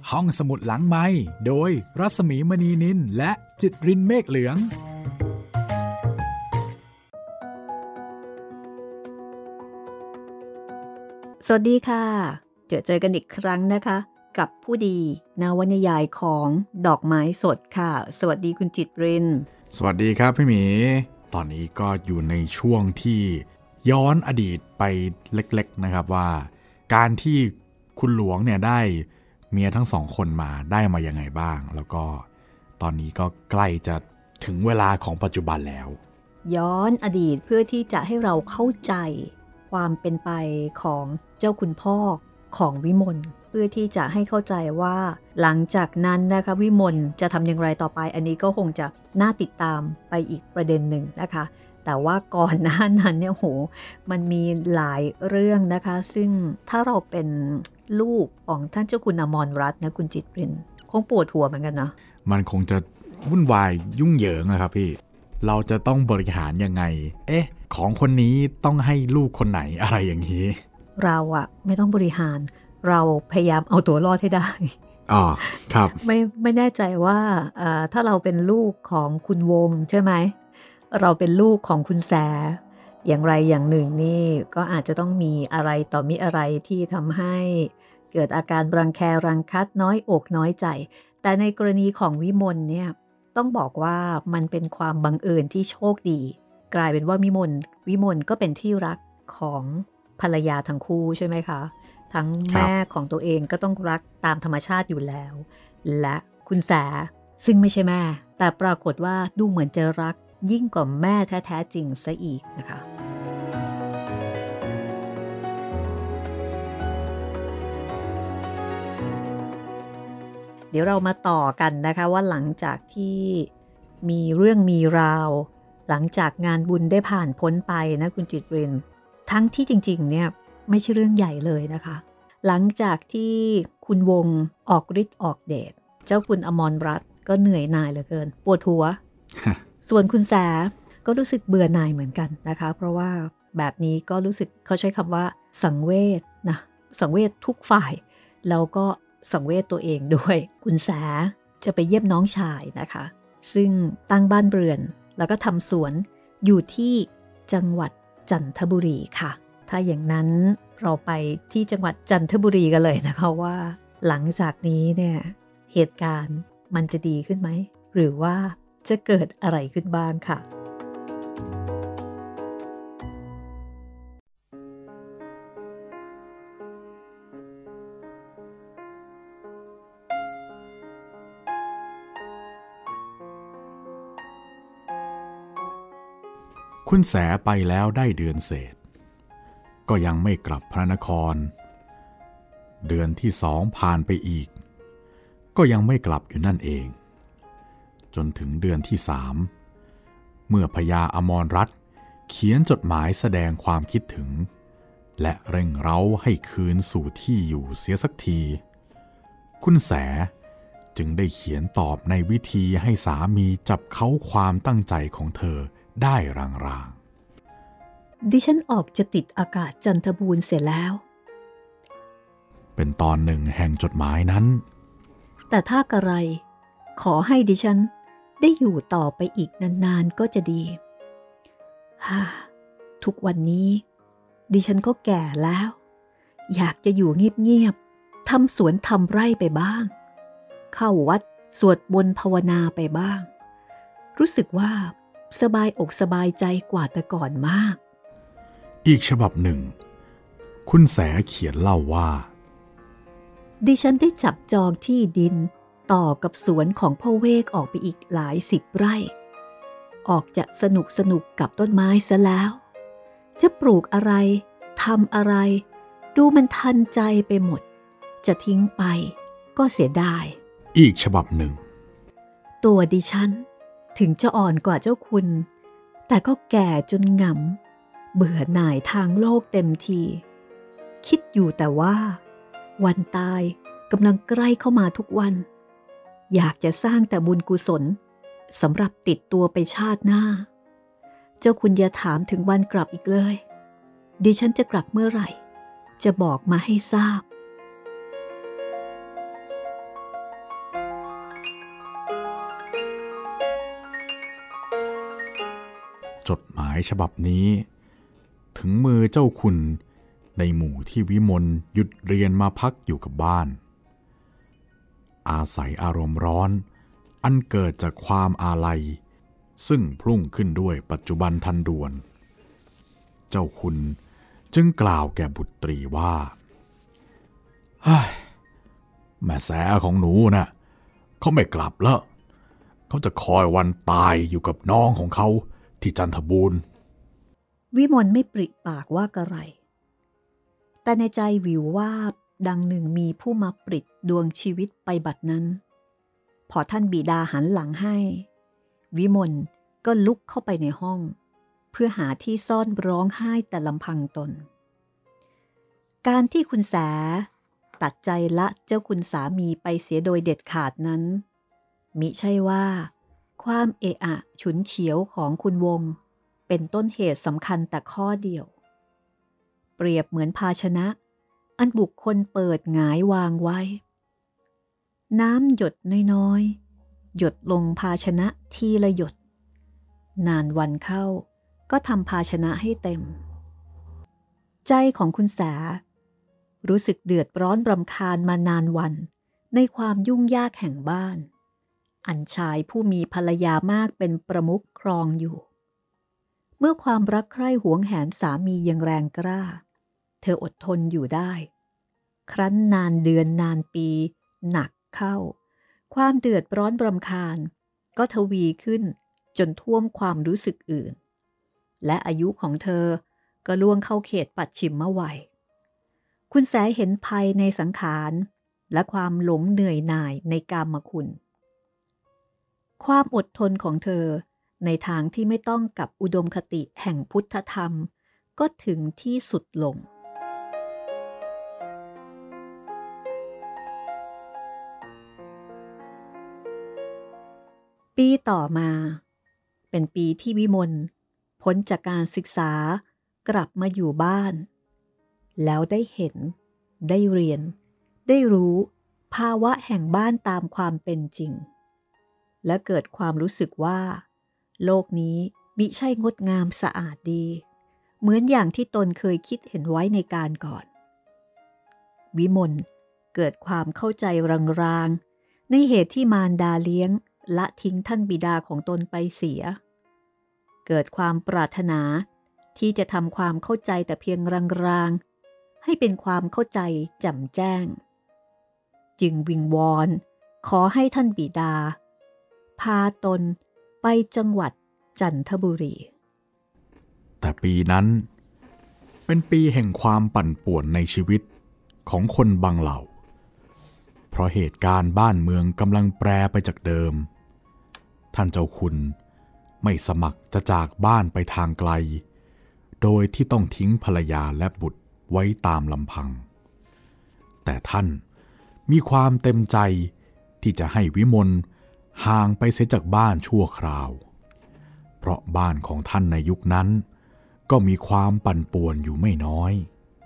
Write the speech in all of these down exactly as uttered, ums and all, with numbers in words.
ห้องสมุดหลังไมค์โดยรัศมีมณีนินและจิตรินเมฆเหลืองสวัสดีค่ะเจอเจอกันอีกครั้งนะคะกับผู้ดีนวนิยายของดอกไม้สดค่ะสวัสดีคุณจิตรินสวัสดีครับพี่หมีตอนนี้ก็อยู่ในช่วงที่ย้อนอดีตไปเล็กๆนะครับว่าการที่คุณหลวงเนี่ยได้เมียทั้งสองคนมาได้มายังไงบ้างแล้วก็ตอนนี้ก็ใกล้จะถึงเวลาของปัจจุบันแล้วย้อนอดีตเพื่อที่จะให้เราเข้าใจความเป็นไปของเจ้าคุณพ่อของวิมลเพื่อที่จะให้เข้าใจว่าหลังจากนั้นนะคะวิมลจะทำอย่างไรต่อไปอันนี้ก็คงจะน่าติดตามไปอีกประเด็นหนึ่งนะคะแต่ว่าก่อนหน้านั้นเนี่ยโหมันมีหลายเรื่องนะคะซึ่งถ้าเราเป็นลูกของท่านเจ้าคุณอมรรัตน์นะคุณจิตรินคงปวดหัวเหมือนกันนะมันคงจะวุ่นวายยุ่งเหยิงอะครับพี่เราจะต้องบริหารยังไงเอ๊ะของคนนี้ต้องให้ลูกคนไหนอะไรอย่างนี้เราอะไม่ต้องบริหารเราพยายามเอาตัวรอดให้ได้อ๋อครับไม่ไม่แน่ใจว่าถ้าเราเป็นลูกของคุณวงใช่ไหมเราเป็นลูกของคุณแสอย่างไรอย่างหนึ่งนี่ก็อาจจะต้องมีอะไรต่อมีอะไรที่ทำให้เกิดอาการรังแครังคัดน้อยอกน้อยใจแต่ในกรณีของวิมลเนี่ยต้องบอกว่ามันเป็นความบังเอิญที่โชคดีกลายเป็นว่าวิมลวิมลก็เป็นที่รักของภรรยาทั้งคู่ใช่ไหมคะทั้งแม่ของตัวเองก็ต้องรักตามธรรมชาติอยู่แล้วและคุณแสซึ่งไม่ใช่แม่แต่ปรากฏว่าดูเหมือนจะรักยิ่งกว่าแม่แท้ๆจริงซะอีกนะคะเดี๋ยวเรามาต่อกันนะคะว่าหลังจากที่มีเรื่องมีราวหลังจากงานบุญได้ผ่านพ้นไปนะคุณจิตรินทั้งที่จริงๆเนี่ยไม่ใช่เรื่องใหญ่เลยนะคะหลังจากที่คุณวงออกฤทธิ์ออกเดชเจ้าคุณอมรรัตน์ก็เหนื่อยหน่ายเหลือเกินปวดหัว ส่วนคุณแสก็รู้สึกเบื่อหน่ายเหมือนกันนะคะเพราะว่าแบบนี้ก็รู้สึกเขาใช้คำว่าสังเวชนะสังเวชทุกฝ่ายแล้วก็สังเวชตัวเองด้วยคุณแสจะไปเยี่ยมน้องชายนะคะซึ่งตั้งบ้านเรือนแล้วก็ทำสวนอยู่ที่จังหวัดจันทบุรีค่ะถ้าอย่างนั้นเราไปที่จังหวัดจันทบุรีกันเลยนะคะว่าหลังจากนี้เนี่ยเหตุการณ์มันจะดีขึ้นไหมหรือว่าจะเกิดอะไรขึ้นบ้างค่ะคุณแสไปแล้วได้เดือนเศษก็ยังไม่กลับพระนครเดือนที่สองผ่านไปอีกก็ยังไม่กลับอยู่นั่นเองจนถึงเดือนที่สามเมื่อพญาอมรรัตน์เขียนจดหมายแสดงความคิดถึงและเร่งเร้าให้คืนสู่ที่อยู่เสียสักทีคุณแสจึงได้เขียนตอบในวิธีให้สามีจับเค้าความตั้งใจของเธอได้รางๆดิฉันออกจะติดอากาศจันทบูรณ์เสียแล้วเป็นตอนหนึ่งแห่งจดหมายนั้นแต่ถ้ากระไรขอให้ดิฉันได้อยู่ต่อไปอีกนานๆก็จะดีฮ่าทุกวันนี้ดิฉันก็แก่แล้วอยากจะอยู่เงียบๆทำสวนทำไร่ไปบ้างเข้าวัดสวดมนต์ภาวนาไปบ้างรู้สึกว่าสบายอกสบายใจกว่าแต่ก่อนมากอีกฉบับหนึ่งคุณแสเขียนเล่าว่าดิฉันได้จับจองที่ดินต่อกับสวนของพ่อเวกออกไปอีกหลายสิบไร่ออกจะสนุกสนุกกับต้นไม้ซะแล้วจะปลูกอะไรทำอะไรดูมันทันใจไปหมดจะทิ้งไปก็เสียดายอีกฉบับหนึ่งตัวดิฉันถึงจะอ่อนกว่าเจ้าคุณแต่ก็แก่จนหงำเบื่อหน่ายทางโลกเต็มทีคิดอยู่แต่ว่าวันตายกำลังใกล้เข้ามาทุกวันอยากจะสร้างแต่บุญกุศลสำหรับติดตัวไปชาติหน้าเจ้าคุณอย่าถามถึงวันกลับอีกเลยดิฉันจะกลับเมื่อไหร่จะบอกมาให้ทราบายฉบับนี้ถึงมือเจ้าคุณในหมู่ที่วิมลหยุดเรียนมาพักอยู่กับบ้านอาศัยอารมณ์ร้อนอันเกิดจากความอาลัยซึ่งพรุ่งขึ้นด้วยปัจจุบันทันด่วนเจ้าคุณจึงกล่าวแก่บุตรีว่าเฮ้ยแม่แสของหนูน่ะเขาไม่กลับแล้วเขาจะคอยวันตายอยู่กับน้องของเขาที่จันทบูรณ์วิมลไม่ปริปากว่ากระไรแต่ในใจวิวว่าดังหนึ่งมีผู้มาปริดดวงชีวิตไปบัดนั้นพอท่านบิดาหันหลังให้วิมลก็ลุกเข้าไปในห้องเพื่อหาที่ซ่อนร้องไห้แต่ลำพังตนการที่คุณแสตัดใจละเจ้าคุณสามีไปเสียโดยเด็ดขาดนั้นมิใช่ว่าความเอะอะฉุนเฉียวของคุณวงเป็นต้นเหตุสำคัญแต่ข้อเดียวเปรียบเหมือนภาชนะอันบุคคลเปิดหงายวางไว้น้ำหยดน้อยๆหยดลงภาชนะทีละหยดนานวันเข้าก็ทำภาชนะให้เต็มใจของคุณแสรู้สึกเดือดร้อนรำคาญมานานวันในความยุ่งยากแห่งบ้านอันชายผู้มีภรรยามากเป็นประมุขครองอยู่เมื่อความรักใคร่หวงแหนสามียังแรงกล้าเธออดทนอยู่ได้ครั้นนานเดือนนานปีหนักเข้าความเดือดร้อนรำคาญก็ทวีขึ้นจนท่วมความรู้สึกอื่นและอายุของเธอก็ล่วงเข้าเขตปัจฉิมวัยคุณแสเห็นภัยในสังขารและความหลงเหนื่อยหน่ายในกามคุณความอดทนของเธอในทางที่ไม่ต้องกับอุดมคติแห่งพุทธธรรมก็ถึงที่สุดลงปีต่อมาเป็นปีที่วิมลพ้นจากการศึกษากลับมาอยู่บ้านแล้วได้เห็นได้เรียนได้รู้ภาวะแห่งบ้านตามความเป็นจริงและเกิดความรู้สึกว่าโลกนี้มิใช่งดงามสะอาดดีเหมือนอย่างที่ตนเคยคิดเห็นไว้ในการก่อนวิมลเกิดความเข้าใจรางๆในเหตุที่มารดาเลี้ยงละทิ้งท่านบิดาของตนไปเสียเกิดความปรารถนาที่จะทำความเข้าใจแต่เพียงรางๆให้เป็นความเข้าใจแจ่มแจ้งจึงวิงวอนขอให้ท่านบิดาพาตนไปจังหวัดจันทบุรีแต่ปีนั้นเป็นปีแห่งความปั่นป่วนในชีวิตของคนบางเหล่าเพราะเหตุการณ์บ้านเมืองกำลังแปรไปจากเดิมท่านเจ้าคุณไม่สมัครจะจากบ้านไปทางไกลโดยที่ต้องทิ้งภรรยาและบุตรไว้ตามลำพังแต่ท่านมีความเต็มใจที่จะให้วิมลห่างไปเสียจากบ้านชั่วคราวเพราะบ้านของท่านในยุคนั้นก็มีความปั่นป่วนอยู่ไม่น้อย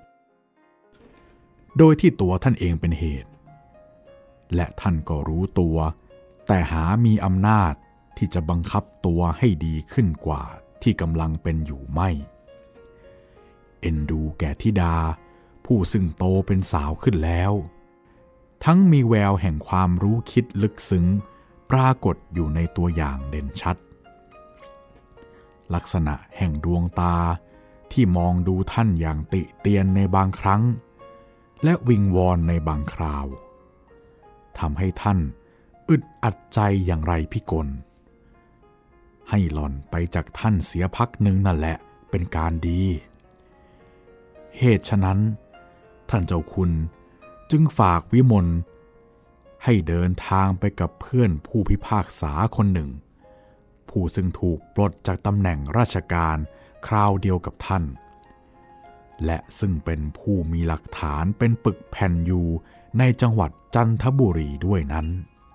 โดยที่ตัวท่านเองเป็นเหตุและท่านก็รู้ตัวแต่หามีอำนาจที่จะบังคับตัวให้ดีขึ้นกว่าที่กำลังเป็นอยู่ไม่เอ็นดูแก่ธิดาผู้ซึ่งโตเป็นสาวขึ้นแล้วทั้งมีแววแห่งความรู้คิดลึกซึ้งปรากฏอยู่ในตัวอย่างเด่นชัดลักษณะแห่งดวงตาที่มองดูท่านอย่างติเตียนในบางครั้งและวิงวอนในบางคราวทำให้ท่านอึดอัดใจอย่างไรพิกลให้หล่อนไปจากท่านเสียพักหนึ่งนั่นแหละเป็นการดีเหตุฉะนั้นท่านเจ้าคุณจึงฝากวิมลให้เดินทางไปกับเพื่อนผู้พิพากษาคนหนึ่งผู้ซึ่งถูกปลดจากตำแหน่งราชการคราวเดียวกับท่านและซึ่งเป็นผู้มีหลักฐานเป็นปึกแผ่นอยู่ในจังหวัดจันทบุรีด้วยนั้น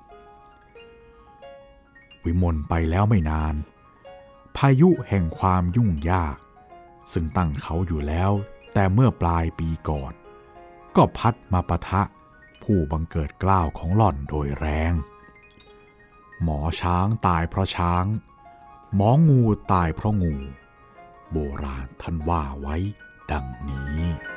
วิมลไปแล้วไม่นานพายุแห่งความยุ่งยากซึ่งตั้งเขาอยู่แล้วแต่เมื่อปลายปีก่อนก็พัดมาปะทะผู้บังเกิดเกล้าของหล่อนโดยแรงหมอช้างตายเพราะช้างหมองูตายเพราะงูโบราณท่านว่าไว้ดังนี้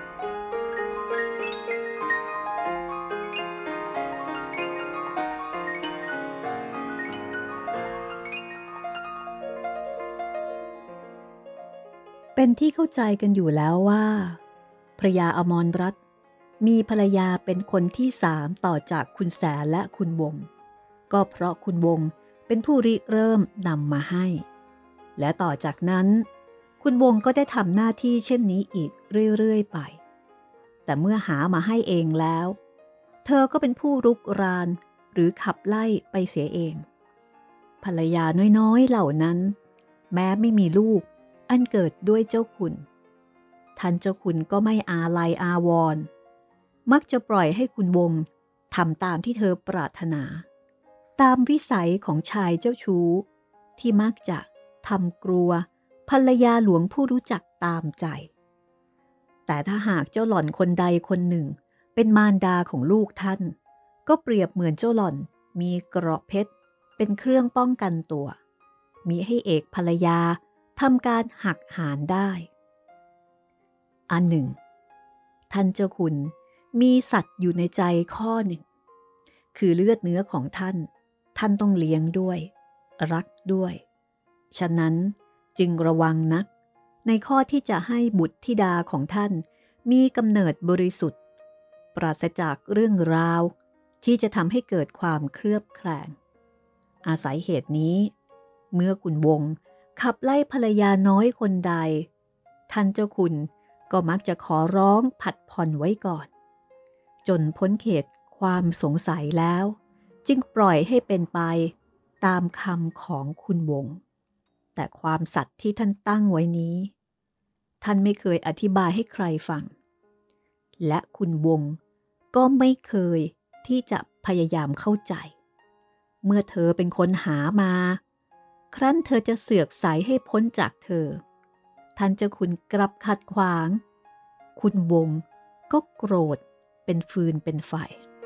เป็นที่เข้าใจกันอยู่แล้วว่าพระยาอมรรัตน์มีภรรยาเป็นคนที่สามต่อจากคุณแสนและคุณวงก็เพราะคุณวงเป็นผู้ริเริ่มนำมาให้และต่อจากนั้นคุณวงก็ได้ทำหน้าที่เช่นนี้อีกเรื่อยๆไปแต่เมื่อหามาให้เองแล้วเธอก็เป็นผู้รุกรานหรือขับไล่ไปเสียเองภรรยาน้อยๆเหล่านั้นแม้ไม่มีลูกอันเกิดด้วยเจ้าคุณท่านเจ้าคุณก็ไม่อาลัยอาวรณ์มักจะปล่อยให้คุณวงทำตามที่เธอปรารถนาตามวิสัยของชายเจ้าชู้ที่มักจะทำกลัวภรรยาหลวงผู้รู้จักตามใจแต่ถ้าหากเจ้าหล่อนคนใดคนหนึ่งเป็นมารดาของลูกท่านก็เปรียบเหมือนเจ้าหล่อนมีเกราะเพชรเป็นเครื่องป้องกันตัวมิให้เอกภรรยาทำการหักหานได้อันหนึ่งท่านเจ้าคุณมีสัตว์อยู่ในใจข้อหนึ่งคือเลือดเนื้อของท่านท่านต้องเลี้ยงด้วยรักด้วยฉะนั้นจึงระวังนักในข้อที่จะให้บุตรธิดาของท่านมีกำเนิดบริสุทธิ์ปราศจากเรื่องราวที่จะทำให้เกิดความเคลือบแคลงอาศัยเหตุนี้เมื่อคุณวงขับไล่ภรรยาน้อยคนใดท่านเจ้าคุณก็มักจะขอร้องผัดผ่อนไว้ก่อนจนพ้นเขตความสงสัยแล้วจึงปล่อยให้เป็นไปตามคำของคุณวงแต่ความสัตย์ที่ท่านตั้งไว้นี้ท่านไม่เคยอธิบายให้ใครฟังและคุณวงก็ไม่เคยที่จะพยายามเข้าใจเมื่อเธอเป็นคนหามาครั้นเธอจะเสือกใสให้พ้นจากเธอท่านเจ้าคุณกลับขัดขวางคุณวงก็โกรธเป็นฟืนเป็นไฟ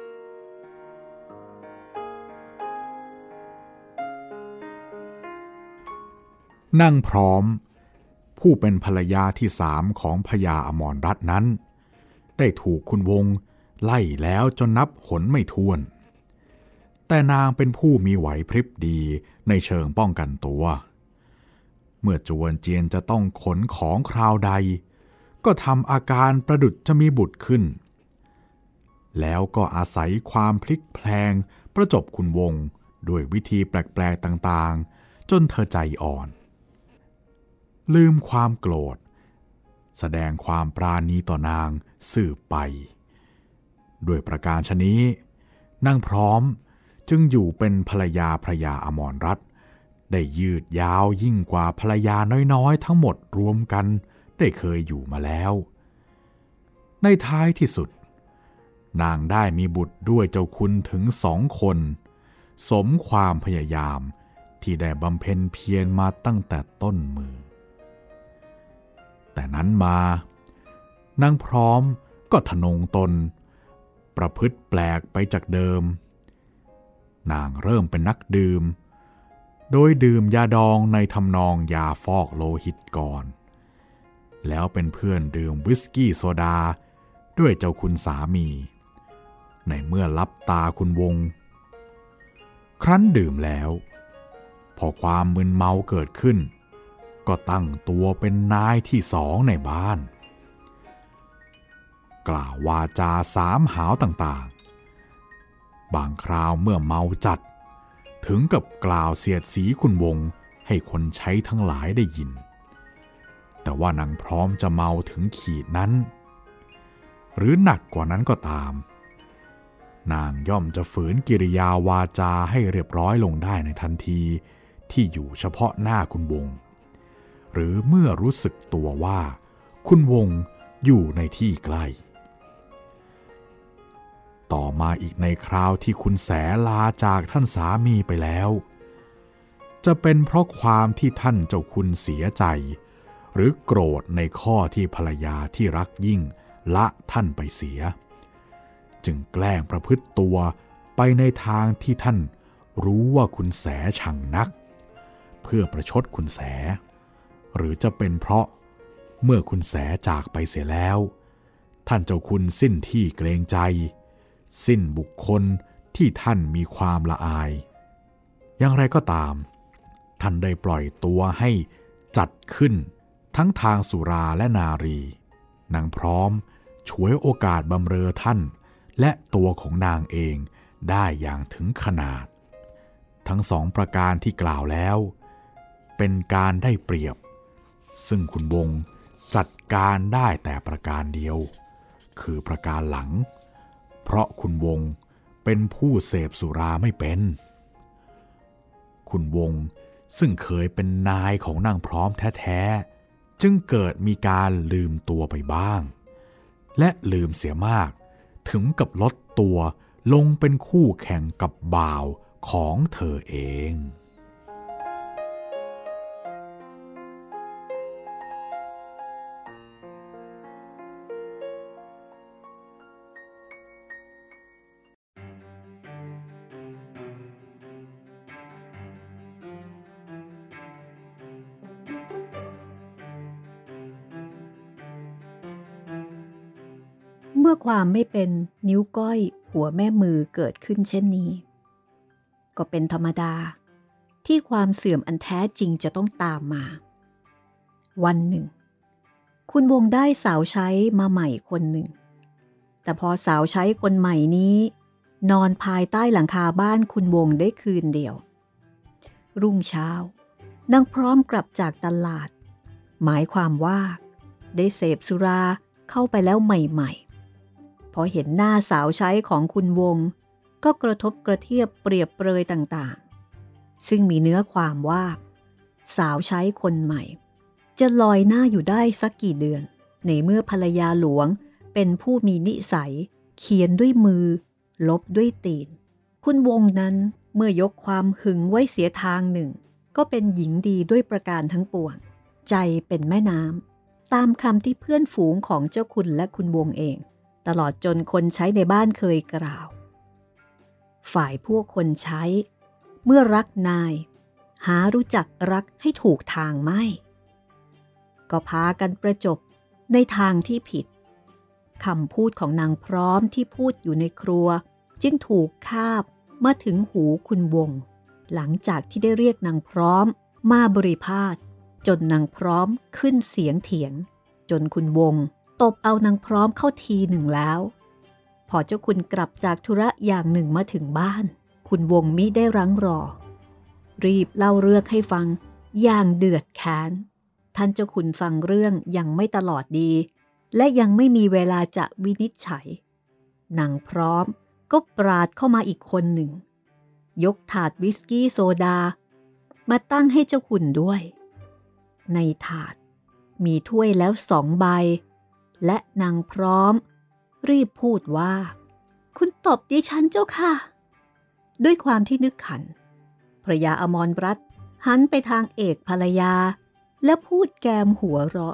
นั่งพร้อมผู้เป็นภรรยาที่สามของพญาอมรรัตน์นั้นได้ถูกคุณวงไล่แล้วจนนับหนไม่ถ้วนแต่นางเป็นผู้มีไหวพริบดีในเชิงป้องกันตัวเมื่อจวนเจียนจะต้องขนของคราวใดก็ทำอาการประดุจจะมีบุตรขึ้นแล้วก็อาศัยความพลิกแพลงประจบคุณวงด้วยวิธีแปลกๆต่างๆจนเธอใจอ่อนลืมความโกรธแสดงความปราณีต่อนางสืบไปด้วยประการฉะนี้นางพร้อมจึงอยู่เป็นภรรยาพระยาอมรรัตน์ได้ยืดยาวยิ่งกว่าภรรยาน้อยๆทั้งหมดรวมกันได้เคยอยู่มาแล้วในท้ายที่สุดนางได้มีบุตรด้วยเจ้าคุณถึงสองคนสมความพยายามที่ได้บำเพ็ญเพียรมาตั้งแต่ต้นมือแต่นั้นมานางพร้อมก็ทะนงตนประพฤติแปลกไปจากเดิมนางเริ่มเป็นนักดื่มโดยดื่มยาดองในทำนองยาฟอกโลหิตก่อนแล้วเป็นเพื่อนดื่มวิสกี้โซดาด้วยเจ้าคุณสามีในเมื่อลับตาคุณวงครั้นดื่มแล้วพอความมึนเมาเกิดขึ้นก็ตั้งตัวเป็นนายที่สองในบ้านกล่าววาจาสามหาวต่างๆบางคราวเมื่อเมาจัดถึงกับกล่าวเสียดสีคุณวงให้คนใช้ทั้งหลายได้ยินแต่ว่านางพร้อมจะเมาถึงขีดนั้นหรือหนักกว่านั้นก็ตามนางย่อมจะฝืนกิริยาวาจาให้เรียบร้อยลงได้ในทันทีที่อยู่เฉพาะหน้าคุณวงหรือเมื่อรู้สึกตัวว่าคุณวงอยู่ในที่ใกล้ต่อมาอีกในคราวที่คุณแสลาจากท่านสามีไปแล้วจะเป็นเพราะความที่ท่านเจ้าคุณเสียใจหรือโกรธในข้อที่ภรรยาที่รักยิ่งละท่านไปเสียจึงแกล้งประพฤติตัวไปในทางที่ท่านรู้ว่าคุณแสชังนักเพื่อประชดคุณแสหรือจะเป็นเพราะเมื่อคุณแสจากไปเสียแล้วท่านเจ้าคุณสิ้นที่เกรงใจสิ้นบุคคลที่ท่านมีความละอายอย่างไรก็ตามท่านได้ปล่อยตัวให้จัดขึ้นทั้งทางสุราและนารีนางพร้อมฉวยโอกาสบำเรอท่านและตัวของนางเองได้อย่างถึงขนาดทั้งสองประการที่กล่าวแล้วเป็นการได้เปรียบซึ่งคุณวงจัดการได้แต่ประการเดียวคือประการหลังเพราะคุณวงเป็นผู้เสพสุราไม่เป็นคุณวงซึ่งเคยเป็นนายของนางพร้อมแท้ๆจึงเกิดมีการลืมตัวไปบ้างและลืมเสียมากถึงกับลดตัวลงเป็นคู่แข่งกับบ่าวของเธอเองเมื่อความไม่เป็นนิ้วก้อยหัวแม่มือเกิดขึ้นเช่นนี้ก็เป็นธรรมดาที่ความเสื่อมอันแท้จริงจะต้องตามมาวันหนึ่งคุณวงได้สาวใช้มาใหม่คนหนึ่งแต่พอสาวใช้คนใหม่นี้นอนภายใต้หลังคาบ้านคุณวงได้คืนเดียวรุ่งเช้านางพร้อมกลับจากตลาดหมายความว่าได้เสพสุราเข้าไปแล้วใหม่ๆพอเห็นหน้าสาวใช้ของคุณวงก็กระทบกระเทียบเปรียบเปรยต่างๆซึ่งมีเนื้อความว่าสาวใช้คนใหม่จะลอยหน้าอยู่ได้สักกี่เดือนในเมื่อภรรยาหลวงเป็นผู้มีนิสัยเขียนด้วยมือลบด้วยตีนคุณวงนั้นเมื่อยกความหึงไว้เสียทางหนึ่งก็เป็นหญิงดีด้วยประการทั้งปวงใจเป็นแม่น้ำตามคำที่เพื่อนฝูงของเจ้าคุณและคุณวงเองตลอดจนคนใช้ในบ้านเคยกล่าวฝ่ายพวกคนใช้เมื่อรักนายหารู้จักรักให้ถูกทางไม่ก็พากันประจบในทางที่ผิดคำพูดของนางพร้อมที่พูดอยู่ในครัวจึงถูกคาบมาถึงหูคุณวงหลังจากที่ได้เรียกนางพร้อมมาบริพาทจนนางพร้อมขึ้นเสียงเถียงจนคุณวงตบเอานางพร้อมเข้าทีหนึ่งแล้วพอเจ้าคุณกลับจากธุระอย่างหนึ่งมาถึงบ้านคุณวงมิได้รั้งรอรีบเล่าเรื่องให้ฟังอย่างเดือดแค้นท่านเจ้าคุณฟังเรื่องยังไม่ตลอดดีและยังไม่มีเวลาจะวินิจฉัยนางพร้อมก็ปราดเข้ามาอีกคนหนึ่งยกถาดวิสกี้โซดามาตั้งให้เจ้าคุณด้วยในถาดมีถ้วยแล้วสองใบและนางพร้อมรีบพูดว่าคุณตบดิฉันเจ้าค่ะด้วยความที่นึกขันภรรยาอมรรัตน์หันไปทางเอกภรรยาและพูดแกมหัวเราะ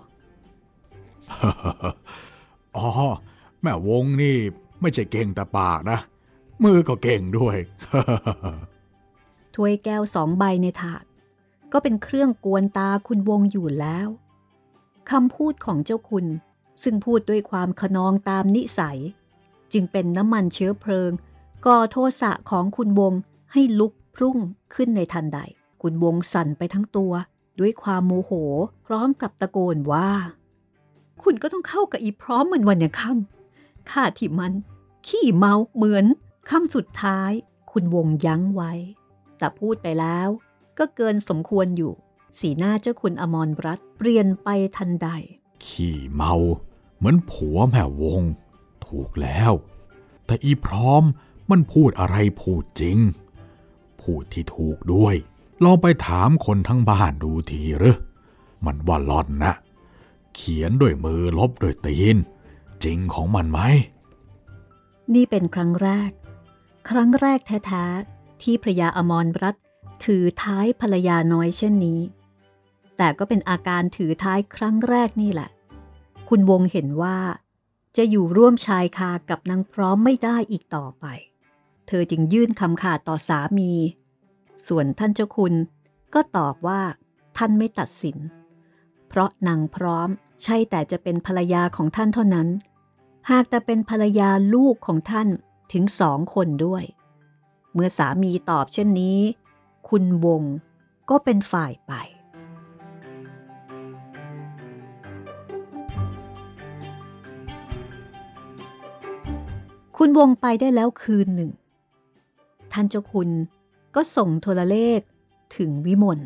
อ๋อแม่วงนี่ไม่ใช่เก่งแต่ปากนะมือก็เก่งด้วยถ้วยแก้วสองใบในถาดก็เป็นเครื่องกวนตาคุณวงอยู่แล้วคำพูดของเจ้าคุณซึ่งพูดด้วยความขนองตามนิสัยจึงเป็นน้ำมันเชื้อเพลิงก่อโทสะของคุณวงให้ลุกพรุ่งขึ้นในทันใดคุณวงสั่นไปทั้งตัวด้วยความโมโหพร้อมกับตะโกนว่าคุณก็ต้องเข้ากับอีพร้อมเหมือนวันอย่างค่ำข้าที่มันขี้เมาเหมือนคำสุดท้ายคุณวงยั้งไว้แต่พูดไปแล้วก็เกินสมควรอยู่สีหน้าเจ้าคุณอมรรัตน์เปลี่ยนไปทันใดขี้เมาเหมือนผัวแม่วงถูกแล้วแต่อีพร้อมมันพูดอะไรพูดจริงพูดที่ถูกด้วยลองไปถามคนทั้งบ้านดูทีหรือมันว่าหล่อนนะเขียนด้วยมือลบด้วยตีนจริงของมันไหมนี่เป็นครั้งแรกครั้งแรกแท้ๆที่ภรรยาอมรรัตน์ถือท้ายภรรยาน้อยเช่นนี้แต่ก็เป็นอาการถือท้ายครั้งแรกนี่แหละคุณวงเห็นว่าจะอยู่ร่วมชายคากับนางพร้อมไม่ได้อีกต่อไปเธอจึงยื่นคำขาดต่อสามีส่วนท่านเจ้าคุณก็ตอบว่าท่านไม่ตัดสินเพราะนางพร้อมใช่แต่จะเป็นภรรยาของท่านเท่านั้นหากแต่เป็นภรรยาลูกของท่านถึงสองคนด้วยเมื่อสามีตอบเช่นนี้คุณวงก็เป็นฝ่ายไปคุณวงไปได้แล้วคืนหนึ่งท่านเจ้าคุณก็ส่งโทรเลขถึงวิมล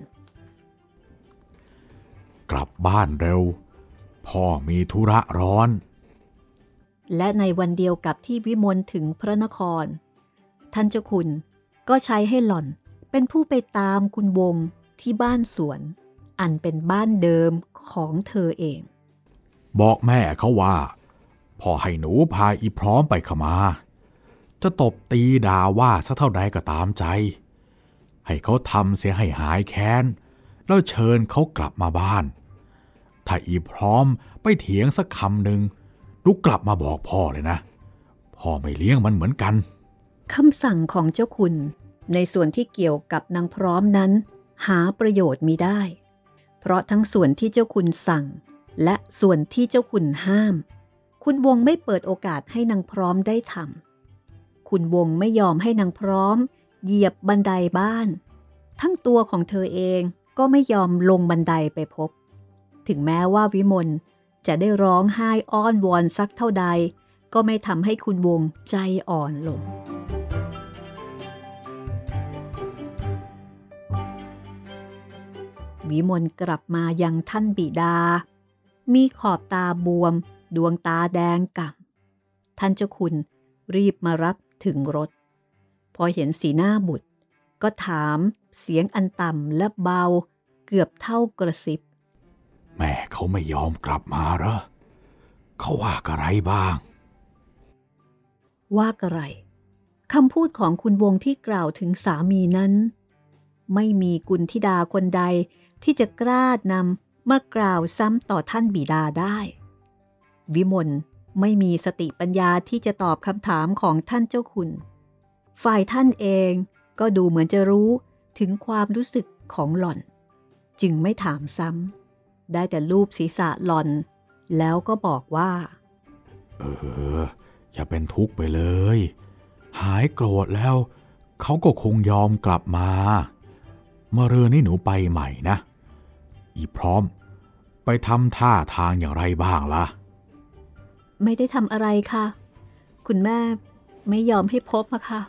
กลับบ้านเร็วพ่อมีธุระร้อนและในวันเดียวกับที่วิมลถึงพระนครท่านเจ้าคุณก็ใช้ให้หล่อนเป็นผู้ไปตามคุณวงที่บ้านสวนอันเป็นบ้านเดิมของเธอเองบอกแม่เขาว่าพ่อให้หนูพาอีพร้อมไปขมาจะตบตีด่าว่าซะเท่าใดก็ตามใจให้เขาทำเสียให้หายแค้นแล้วเชิญเขากลับมาบ้านถ้าอีพร้อมไปเถียงสักคำหนึ่งลุกกลับมาบอกพ่อเลยนะพ่อไม่เลี้ยงมันเหมือนกันคำสั่งของเจ้าคุณในส่วนที่เกี่ยวกับนางพร้อมนั้นหาประโยชน์มิได้เพราะทั้งส่วนที่เจ้าคุณสั่งและส่วนที่เจ้าคุณห้ามคุณวงไม่เปิดโอกาสให้นางพร้อมได้ทำคุณวงไม่ยอมให้นางพร้อมเหยียบบันไดบ้านทั้งตัวของเธอเองก็ไม่ยอมลงบันไดไปพบถึงแม้ว่าวิมลจะได้ร้องไห้อ้อนวอนสักเท่าใดก็ไม่ทำให้คุณวงใจอ่อนลงวิมลกลับมายังท่านบิดามีขอบตาบวมดวงตาแดงก่ำท่านเจ้าคุณรีบมารับถึงรถพอเห็นสีหน้าบุตรก็ถามเสียงอันต่ำและเบาเกือบเท่ากระซิบแม่เขาไม่ยอมกลับมาเหรอเขาว่ากระไรบ้างว่ากระไรคำพูดของคุณวงที่กล่าวถึงสามีนั้นไม่มีกุลธิดาคนใดที่จะกล้านำมากล่าวซ้ำต่อท่านบิดาได้วิมลไม่มีสติปัญญาที่จะตอบคำถามของท่านเจ้าคุณฝ่ายท่านเองก็ดูเหมือนจะรู้ถึงความรู้สึกของหล่อนจึงไม่ถามซ้ำได้แต่ลูบศีรษะหล่อนแล้วก็บอกว่าเอออย่าเป็นทุกข์ไปเลยหายโกรธแล้วเขาก็คงยอมกลับมาเมื่อเรือนนี้หนูไปใหม่นะอีพร้อมไปทำท่าทางอย่างไรบ้างล่ะไม่ได้ทำอะไรค่ะคุณแม่ไม่ยอมให้พบอะค่ะ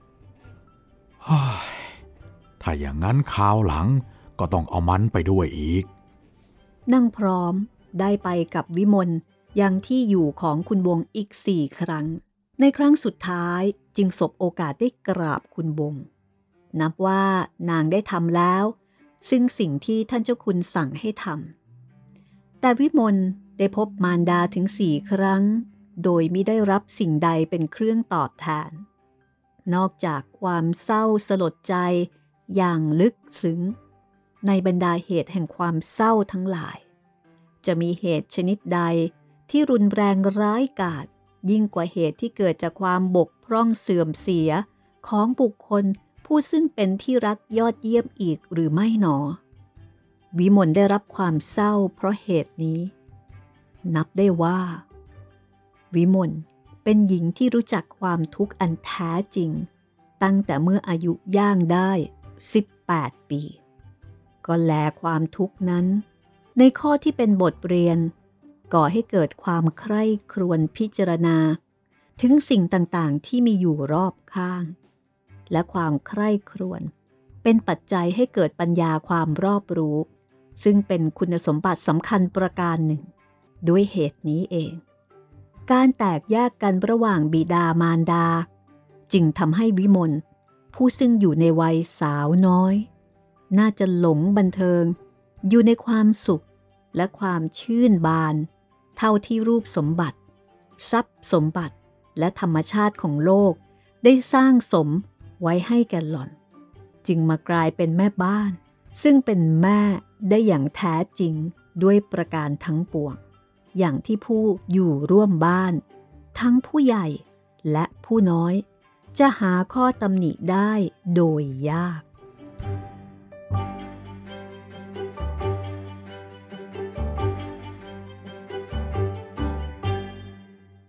ถ้าอย่างนั้นคราวหลังก็ต้องเอามันไปด้วยอีกนางพร้อมได้ไปกับวิมลยังที่อยู่ของคุณวงอีกสี่ครั้งในครั้งสุดท้ายจึงสบโอกาสได้กราบคุณวงนับว่านางได้ทำแล้วซึ่งสิ่งที่ท่านเจ้าคุณสั่งให้ทำแต่วิมลได้พบมารดาถึงสี่ครั้งโดยมิได้รับสิ่งใดเป็นเครื่องตอบแทนนอกจากความเศร้าสลดใจอย่างลึกซึ้งในบรรดาเหตุแห่งความเศร้าทั้งหลายจะมีเหตุชนิดใดที่รุนแรงร้ายกาจยิ่งกว่าเหตุที่เกิดจากความบกพร่องเสื่อมเสียของบุคคลผู้ซึ่งเป็นที่รักยอดเยี่ยมอีกหรือไม่หนอวิมลได้รับความเศร้าเพราะเหตุนี้นับได้ว่าวิมลเป็นหญิงที่รู้จักความทุกข์อันแท้จริงตั้งแต่เมื่ออายุย่างได้สิบแปดปีก็แลความทุกข์นั้นในข้อที่เป็นบทเรียนก่อให้เกิดความใคร่ครวญพิจารณาถึงสิ่งต่างๆที่มีอยู่รอบข้างและความใคร่ครวญเป็นปัจจัยให้เกิดปัญญาความรอบรู้ซึ่งเป็นคุณสมบัติสำคัญประการหนึ่งด้วยเหตุนี้เองการแตกแยกกันระหว่างบิดามารดาจึงทำให้วิมลผู้ซึ่งอยู่ในวัยสาวน้อยน่าจะหลงบันเทิงอยู่ในความสุขและความชื่นบานเท่าที่รูปสมบัติทรัพย์สมบัติและธรรมชาติของโลกได้สร้างสมไว้ให้แก่หล่อนจึงมากลายเป็นแม่บ้านซึ่งเป็นแม่ได้อย่างแท้จริงด้วยประการทั้งปวงอย่างที่ผู้อยู่ร่วมบ้านทั้งผู้ใหญ่และผู้น้อยจะหาข้อตำหนิได้โดยยาก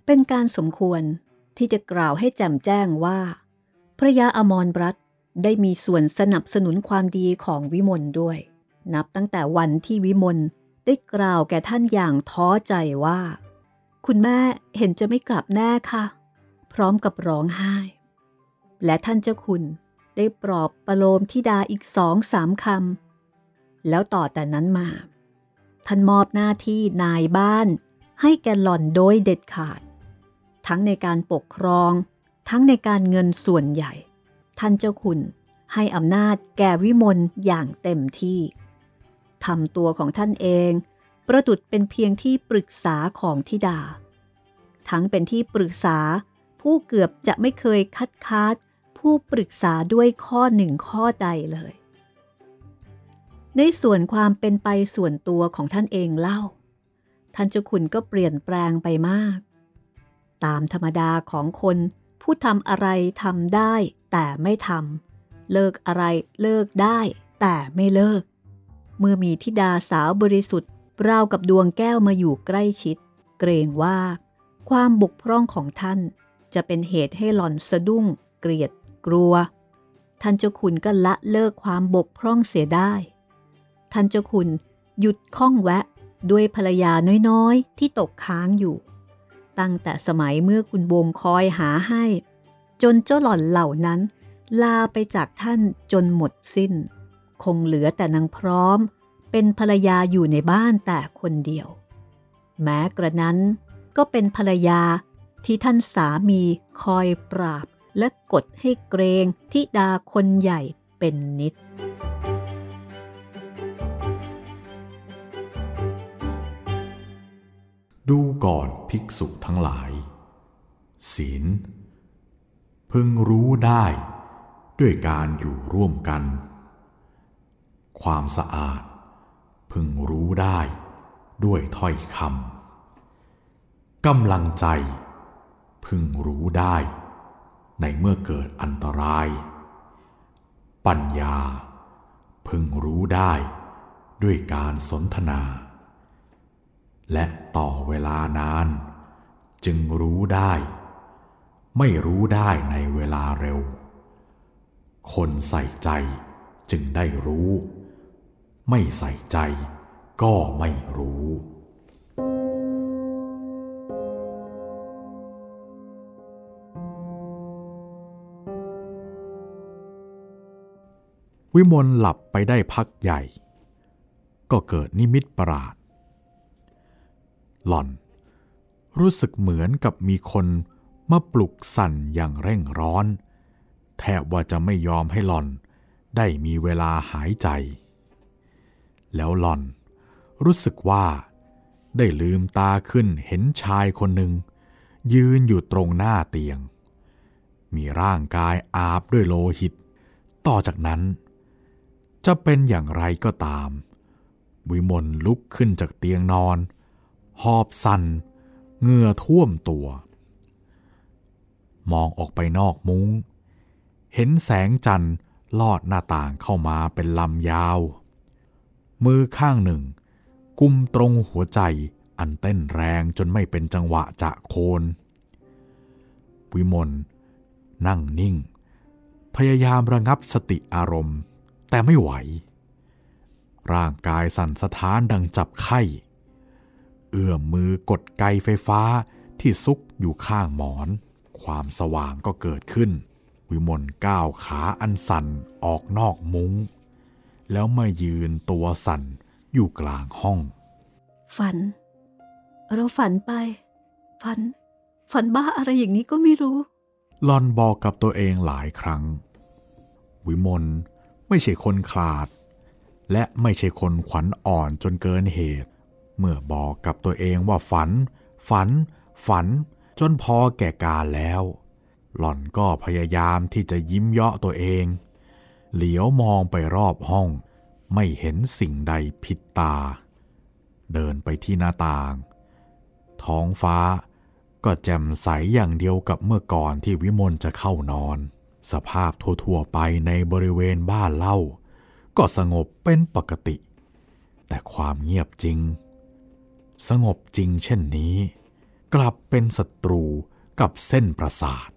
เป็นการสมควรที่จะกล่าวให้แจ่มแจ้งว่าพระยาอมรรัตน์ได้มีส่วนสนับสนุนความดีของวิมลด้วยนับตั้งแต่วันที่วิมลได้กล่าวแก่ท่านอย่างท้อใจว่าคุณแม่เห็นจะไม่กลับแน่ค่ะพร้อมกับร้องไห้และท่านเจ้าคุณได้ปลอบประโลมธิดาอีกสองสามคำแล้วต่อแต่นั้นมาท่านมอบหน้าที่นายบ้านให้แกหล่อนโดยเด็ดขาดทั้งในการปกครองทั้งในการเงินส่วนใหญ่ท่านเจ้าคุณให้อำนาจแก่วิมลอย่างเต็มที่ทำตัวของท่านเองประดุจเป็นเพียงที่ปรึกษาของธิดาทั้งเป็นที่ปรึกษาผู้เกือบจะไม่เคยคัดค้านผู้ปรึกษาด้วยข้อหนึ่งข้อใดเลยในส่วนความเป็นไปส่วนตัวของท่านเองเล่าท่านเจ้าคุณก็เปลี่ยนแปลงไปมากตามธรรมดาของคนผู้ทำอะไรทำได้แต่ไม่ทำเลิกอะไรเลิกได้แต่ไม่เลิกเมื่อมีธิดาสาวบริสุทธิ์ราวกับดวงแก้วมาอยู่ใกล้ชิดเกรงว่าความบกพร่องของท่านจะเป็นเหตุให้หล่อนสะดุ้งเกลียดกลัวท่านเจ้าคุณก็ละเลิกความบกพร่องเสียได้ท่านเจ้าคุณหยุดข้องแวะด้วยภรรยาน้อยๆที่ตกค้างอยู่ตั้งแต่สมัยเมื่อคุณวงคอยหาให้จนเจ้าหล่อนเหล่านั้นลาไปจากท่านจนหมดสิ้นคงเหลือแต่นางพร้อมเป็นภรรยาอยู่ในบ้านแต่คนเดียวแม้กระนั้นก็เป็นภรรยาที่ท่านสามีคอยปราบและกดให้เกรงธิดาคนใหญ่เป็นนิดดูก่อนภิกษุทั้งหลายศีลพึงรู้ได้ด้วยการอยู่ร่วมกันความสะอาดพึงรู้ได้ด้วยถ้อยคำกำลังใจพึงรู้ได้ในเมื่อเกิดอันตรายปัญญาพึงรู้ได้ด้วยการสนทนาและต่อเวลานานจึงรู้ได้ไม่รู้ได้ในเวลาเร็วคนใส่ใจจึงได้รู้ไม่ใส่ใจก็ไม่รู้วิมลหลับไปได้พักใหญ่ก็เกิดนิมิตประหลาดหล่อนรู้สึกเหมือนกับมีคนมาปลุกสั่นอย่างเร่งร้อนแทบว่าจะไม่ยอมให้หล่อนได้มีเวลาหายใจแล้วหล่อนรู้สึกว่าได้ลืมตาขึ้นเห็นชายคนหนึ่งยืนอยู่ตรงหน้าเตียงมีร่างกายอาบด้วยโลหิตต่อจากนั้นจะเป็นอย่างไรก็ตามวิมลลุกขึ้นจากเตียงนอนหอบสั่นเหงื่อท่วมตัวมองออกไปนอกมุ้งเห็นแสงจันทร์ลอดหน้าต่างเข้ามาเป็นลำยาวมือข้างหนึ่งกุมตรงหัวใจอันเต้นแรงจนไม่เป็นจังหวะจะโคนวิมลนั่งนิ่งพยายามระงับสติอารมณ์แต่ไม่ไหวร่างกายสั่นสะท้านดังจับไข้เอื้อมมือกดไกไฟฟ้าที่ซุกอยู่ข้างหมอนความสว่างก็เกิดขึ้นวิมลก้าวขาอันสั่นออกนอกมุ้งแล้วมายืนตัวสั่นอยู่กลางห้องฝันเราฝันไปฝันฝันบ้าอะไรอย่างนี้ก็ไม่รู้หล่อนบอกกับตัวเองหลายครั้งวิมลไม่ใช่คนขลาดและไม่ใช่คนขวัญอ่อนจนเกินเหตุเมื่อบอกกับตัวเองว่าฝันฝันฝันจนพอแก่การแล้วหล่อนก็พยายามที่จะยิ้มเยาะตัวเองเหลียวมองไปรอบห้องไม่เห็นสิ่งใดผิดตาเดินไปที่หน้าต่างท้องฟ้าก็แจ่มใสอย่างเดียวกับเมื่อก่อนที่วิมลจะเข้านอนสภาพทั่วๆไปในบริเวณบ้านเล่าก็สงบเป็นปกติแต่ความเงียบจริงสงบจริงเช่นนี้กลับเป็นศัตรูกับเส้นประสาท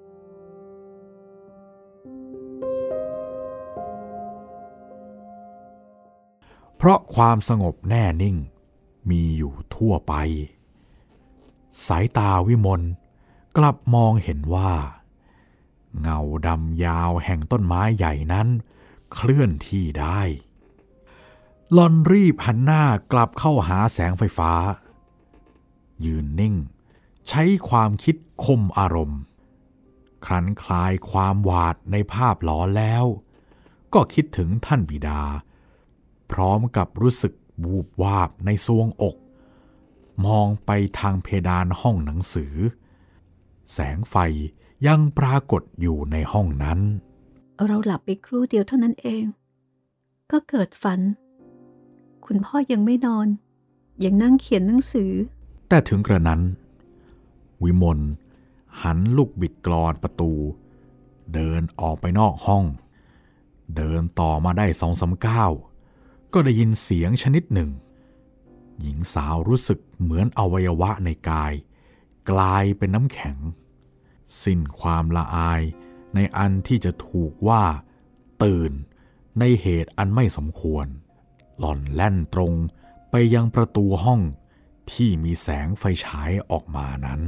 เพราะความสงบแน่นิ่งมีอยู่ทั่วไปสายตาวิมลกลับมองเห็นว่าเงาดำยาวแห่งต้นไม้ใหญ่นั้นเคลื่อนที่ได้หล่อนรีบหันหน้ากลับเข้าหาแสงไฟฟ้ายืนนิ่งใช้ความคิดคมอารมณ์ครั้นคลายความหวาดในภาพหลอนแล้วก็คิดถึงท่านบิดาพร้อมกับรู้สึกวูบวาบในทรวงอกมองไปทางเพดานห้องหนังสือแสงไฟยังปรากฏอยู่ในห้องนั้นเราหลับไปครู่เดียวเท่านั้นเองก็เกิดฝันคุณพ่อยังไม่นอนยังนั่งเขียนหนังสือแต่ถึงกระนั้นวิมลหันลูกบิดกลอนประตูเดินออกไปนอกห้องเดินต่อมาได้สองสามก้าวก็ได้ยินเสียงชนิดหนึ่งหญิงสาวรู้สึกเหมือนอวัยวะในกายกลายเป็นน้ำแข็งสิ้นความละอายในอันที่จะถูกว่าตื่นในเหตุอันไม่สมควรหล่อนแล่นตรงไปยังประตูห้องที่มีแสงไฟฉายออกมานั้น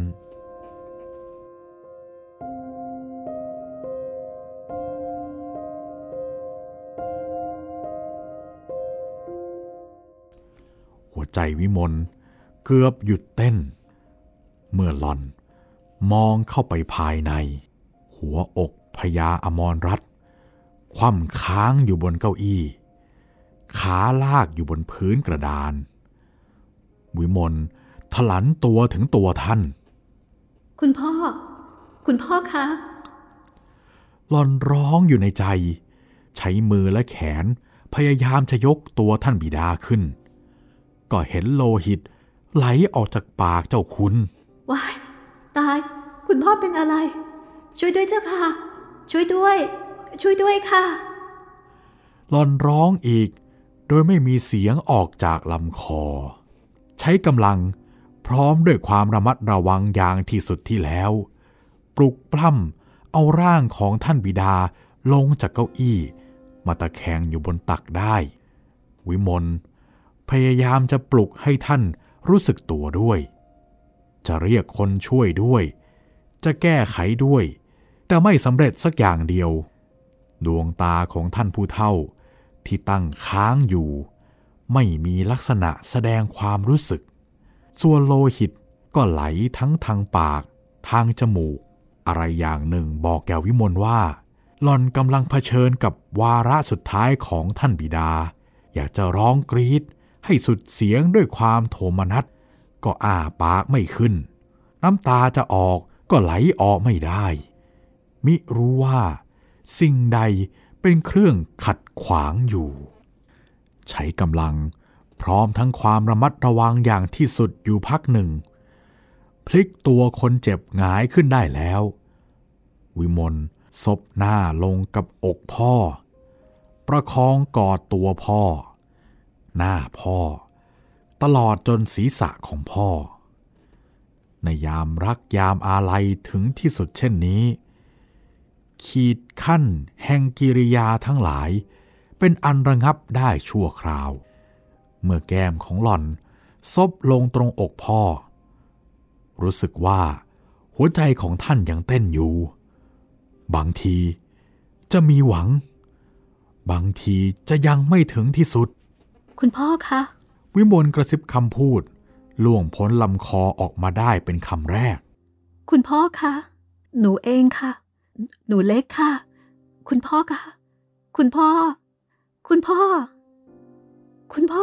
หัวใจวิมลเกือบหยุดเต้นเมื่อหล่อนมองเข้าไปภายในหัวอกพญาอมรรัตน์คว่ำค้างอยู่บนเก้าอี้ขาลากอยู่บนพื้นกระดานวิมลถลันตัวถึงตัวท่านคุณพ่อคุณพ่อคะหล่อนร้องอยู่ในใจใช้มือและแขนพยายามจะยกตัวท่านบิดาขึ้นก็เห็นโลหิตไหลออกจากปากเจ้าคุณว้ายตายคุณพ่อเป็นอะไรช่วยด้วยเจ้าค่ะช่วยด้วยช่วยด้วยค่ะหล่อนร้องอีกโดยไม่มีเสียงออกจากลำคอใช้กำลังพร้อมด้วยความระมัดระวังอย่างที่สุดที่แล้วปลุกปล้ำเอาร่างของท่านบิดาลงจากเก้าอี้มาตะแคงอยู่บนตักได้วิมลพยายามจะปลุกให้ท่านรู้สึกตัวด้วยจะเรียกคนช่วยด้วยจะแก้ไขด้วยแต่ไม่สำเร็จสักอย่างเดียวดวงตาของท่านผู้เฒ่าที่ตั้งค้างอยู่ไม่มีลักษณะแสดงความรู้สึกส่วนโลหิตก็ไหลทั้งทางปากทางจมูกอะไรอย่างหนึ่งบอกแก่วิมลว่าหล่อนกำลังเผชิญกับวาระสุดท้ายของท่านบิดาอยากจะร้องกรี๊ดให้สุดเสียงด้วยความโทมนัสก็อ้าปากไม่ขึ้นน้ำตาจะออกก็ไหลออกไม่ได้มิรู้ว่าสิ่งใดเป็นเครื่องขัดขวางอยู่ใช้กำลังพร้อมทั้งความระมัดระวังอย่างที่สุดอยู่พักหนึ่งพลิกตัวคนเจ็บหงายขึ้นได้แล้ววิมลซบหน้าลงกับอกพ่อประคองกอดตัวพ่อหน้าพ่อตลอดจนศีรษะของพ่อในยามรักยามอาลัยถึงที่สุดเช่นนี้ขีดขั้นแห่งกิริยาทั้งหลายเป็นอันระงับได้ชั่วคราวเมื่อแก้มของหล่อนซบลงตรงอกพ่อรู้สึกว่าหัวใจของท่านยังเต้นอยู่บางทีจะมีหวังบางทีจะยังไม่ถึงที่สุดคุณพ่อคะวิมลกระซิบคำพูดล่วงพ้นลำคอออกมาได้เป็นคำแรกคุณพ่อคะหนูเองค่ะหนูเล็กค่ะคุณพ่อคะคุณพ่อคุณพ่อคุณพ่อ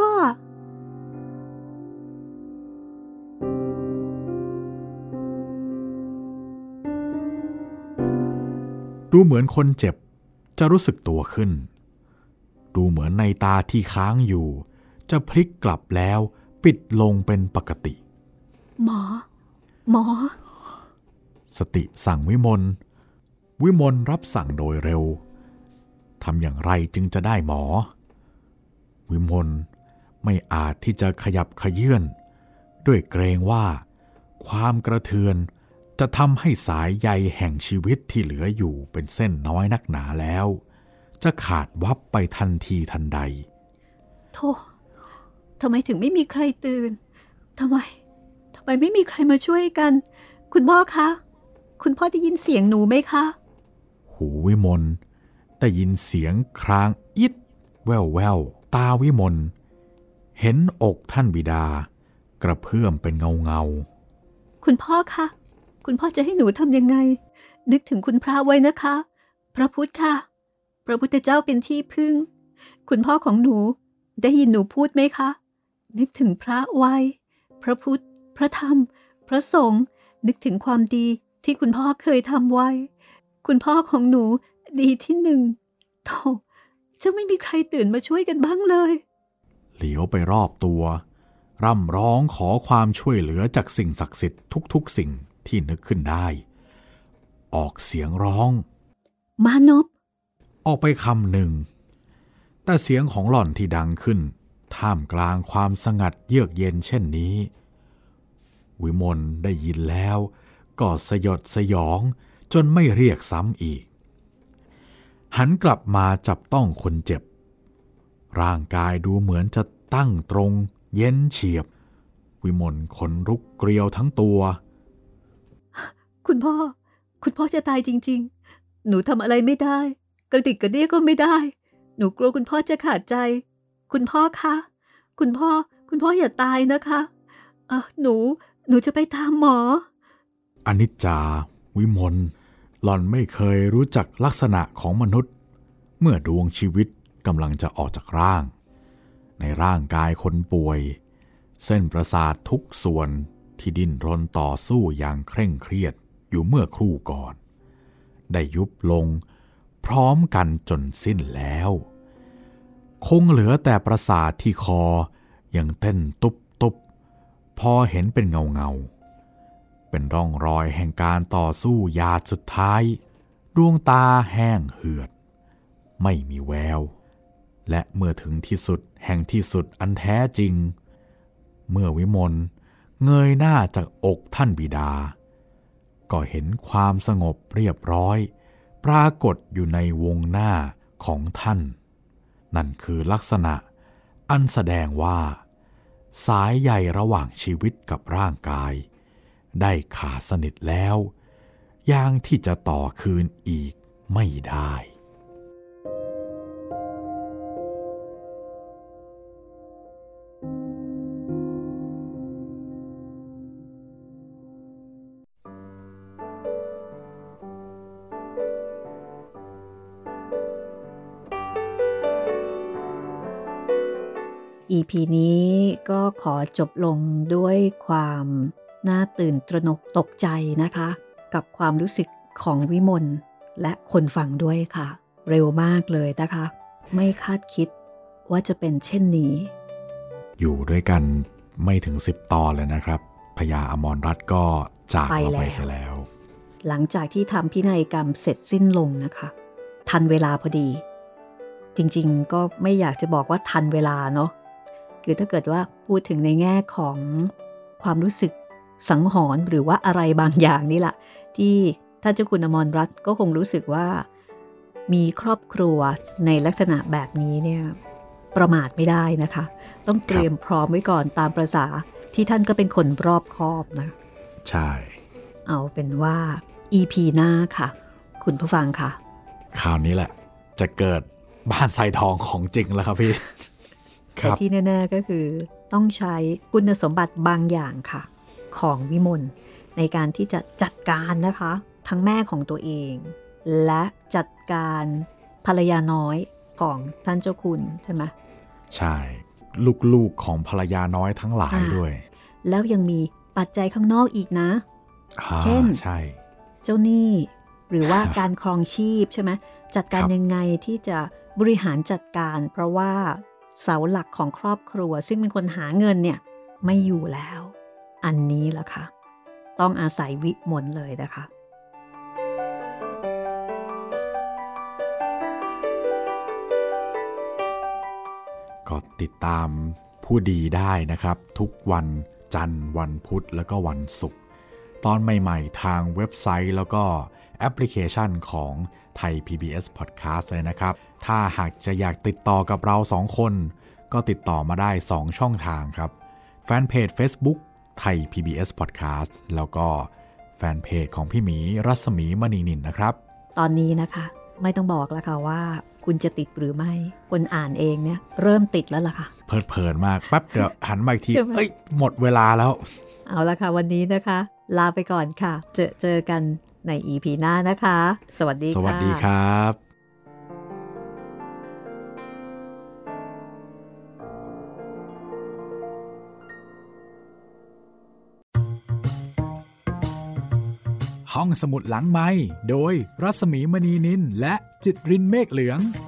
ดูเหมือนคนเจ็บจะรู้สึกตัวขึ้นดูเหมือนในตาที่ค้างอยู่จะพลิกกลับแล้วปิดลงเป็นปกติหมอหมอสติสั่งวิมลวิมลรับสั่งโดยเร็วทำอย่างไรจึงจะได้หมอวิมลไม่อาจที่จะขยับเขยื้อนด้วยเกรงว่าความกระเทือนจะทำให้สายใยแห่งชีวิตที่เหลืออยู่เป็นเส้นน้อยนักหนาแล้วจะขาดวับไปทันทีทันใดโธ่ทำไมถึงไม่มีใครตื่นทำไมทำไมไม่มีใครมาช่วยกันคุณพ่อคะคุณพ่อได้ยินเสียงหนูไหมคะหูวิมลได้ยินเสียงครางอิดแว่วแว่วตาวิมลเห็นอกท่านบิดากระเพื่อมเป็นเงาเงาคุณพ่อคะคุณพ่อจะให้หนูทำยังไงนึกถึงคุณพระไว้นะคะพระพุทธค่ะพระพุทธเจ้าเป็นที่พึ่งคุณพ่อของหนูได้ยินหนูพูดไหมคะนึกถึงพระไว้พระพุทธพระธรรมพระสงฆ์นึกถึงความดีที่คุณพ่อเคยทำไว้คุณพ่อของหนูดีที่หนึ่งโธ่เจ้าไม่มีใครตื่นมาช่วยกันบ้างเลยเหลียวไปรอบตัวร่ำร้องขอความช่วยเหลือจากสิ่งศักดิ์สิทธิ์ทุกๆสิ่งที่นึกขึ้นได้ออกเสียงร้องมานพออกไปคำหนึ่งแต่เสียงของหล่อนที่ดังขึ้นท่ามกลางความสงัดเยือกเย็นเช่นนี้วิมลได้ยินแล้วก็สยดสยองจนไม่เรียกซ้ำอีกหันกลับมาจับต้องคนเจ็บร่างกายดูเหมือนจะตั้งตรงเย็นเฉียบวิมลขนลุกเกลียวทั้งตัวคุณพ่อคุณพ่อจะตายจริงๆหนูทำอะไรไม่ได้กระติกกระเดี้ยก็ไม่ได้หนูกลัวคุณพ่อจะขาดใจคุณพ่อคะคุณพ่อคุณพ่ออย่าตายนะคะเออหนูหนูจะไปตามหมออนิจจาวิมลหล่อนไม่เคยรู้จักลักษณะของมนุษย์เมื่อดวงชีวิตกำลังจะออกจากร่างในร่างกายคนป่วยเส้นประสาททุกส่วนที่ดิ้นรนต่อสู้อย่างเคร่งเครียดอยู่เมื่อครู่ก่อนได้ยุบลงพร้อมกันจนสิ้นแล้วคงเหลือแต่ประสาทที่คอยังเต้นตุบตุบพอเห็นเป็นเงาเงาเป็นร่องรอยแห่งการต่อสู้ยาสุดท้ายดวงตาแห้งเหือดไม่มีแววและเมื่อถึงที่สุดแห่งที่สุดอันแท้จริงเมื่อวิมลเงยหน้าจากอกท่านบิดาก็เห็นความสงบเรียบร้อยปรากฏอยู่ในวงหน้าของท่านนั่นคือลักษณะอันแสดงว่าสายใยระหว่างชีวิตกับร่างกายได้ขาดสนิทแล้วอย่างที่จะต่อคืนอีกไม่ได้อี พี นี้ก็ขอจบลงด้วยความน่าตื่นตระหนกตกใจนะคะกับความรู้สึกของวิมลและคนฟังด้วยค่ะเร็วมากเลยนะคะไม่คาดคิดว่าจะเป็นเช่นนี้อยู่ด้วยกันไม่ถึงสิบตอนเลยนะครับพญาอมรรัตน์ก็จากเราไปเสียแล้วหลังจากที่ทำพินัยกรรมเสร็จสิ้นลงนะคะทันเวลาพอดีจริงๆก็ไม่อยากจะบอกว่าทันเวลาเนาะคือถ้าเกิดว่าพูดถึงในแง่ของความรู้สึกสังหรณ์หรือว่าอะไรบางอย่างนี่แหละที่ท่านเจ้าคุณอมรรัตน์ก็คงรู้สึกว่ามีครอบครัวในลักษณะแบบนี้เนี่ยประมาทไม่ได้นะคะต้องเตรียมพร้อมไว้ก่อนตามประสาที่ท่านก็เป็นคนรอบคอบนะใช่เอาเป็นว่า อี พี หน้าค่ะคุณผู้ฟังค่ะคราวนี้แหละจะเกิดบ้านทรายทองของจริงแล้วครับพี่แต่ที่แน่ๆก็คือต้องใช้คุณสมบัติบางอย่างค่ะของวิมลในการที่จะจัดการนะคะทั้งแม่ของตัวเองและจัดการภรรยาน้อยของท่านเจ้าคุณใช่ไหมใช่ลูกๆของภรรยาน้อยทั้งหลายด้วยแล้วยังมีปัจจัยข้างนอกอีกนะเช่นใช่เจ้าหนี้หรือว่าการครองชีพใช่ไหมจัดการยังไงที่จะบริหารจัดการเพราะว่าเสาหลักของครอบครัวซึ่งเป็นคนหาเงินเนี่ยไม่อยู่แล้วอันนี้ล่ะค่ะต้องอาศัยวิมลเลยนะคะก็ติดตามผู้ดีได้นะครับทุกวันจันทร์วันพุธแล้วก็วันศุกร์ตอนใหม่ๆทางเว็บไซต์แล้วก็แอปพลิเคชันของไทย พี บี เอส Podcast เลยนะครับถ้าหากจะอยากติดต่อกับเราสองคนก็ติดต่อมาได้สองช่องทางครับแฟนเพจ Facebook ไทย พี บี เอส Podcast แล้วก็แฟนเพจของพี่หมีรัศมีมณีนินนะครับตอนนี้นะคะไม่ต้องบอกแล้วค่ะว่าคุณจะติดหรือไม่คนอ่านเองเนี่ยเริ่มติดแล้วล่ะค่ะเพลิดเพลินมากแป๊บเดียวหันมาอีกทีเอ้ยหมดเวลาแล้วเอาละค่ะวันนี้นะคะลาไปก่อนค่ะเจอเจอกันใน อี พี หน้านะคะสวัสดีค่ะสวัสดีครับห้องสมุดหลังไมค์โดยรัศมีมณีนินและจิตรินเมฆเหลือง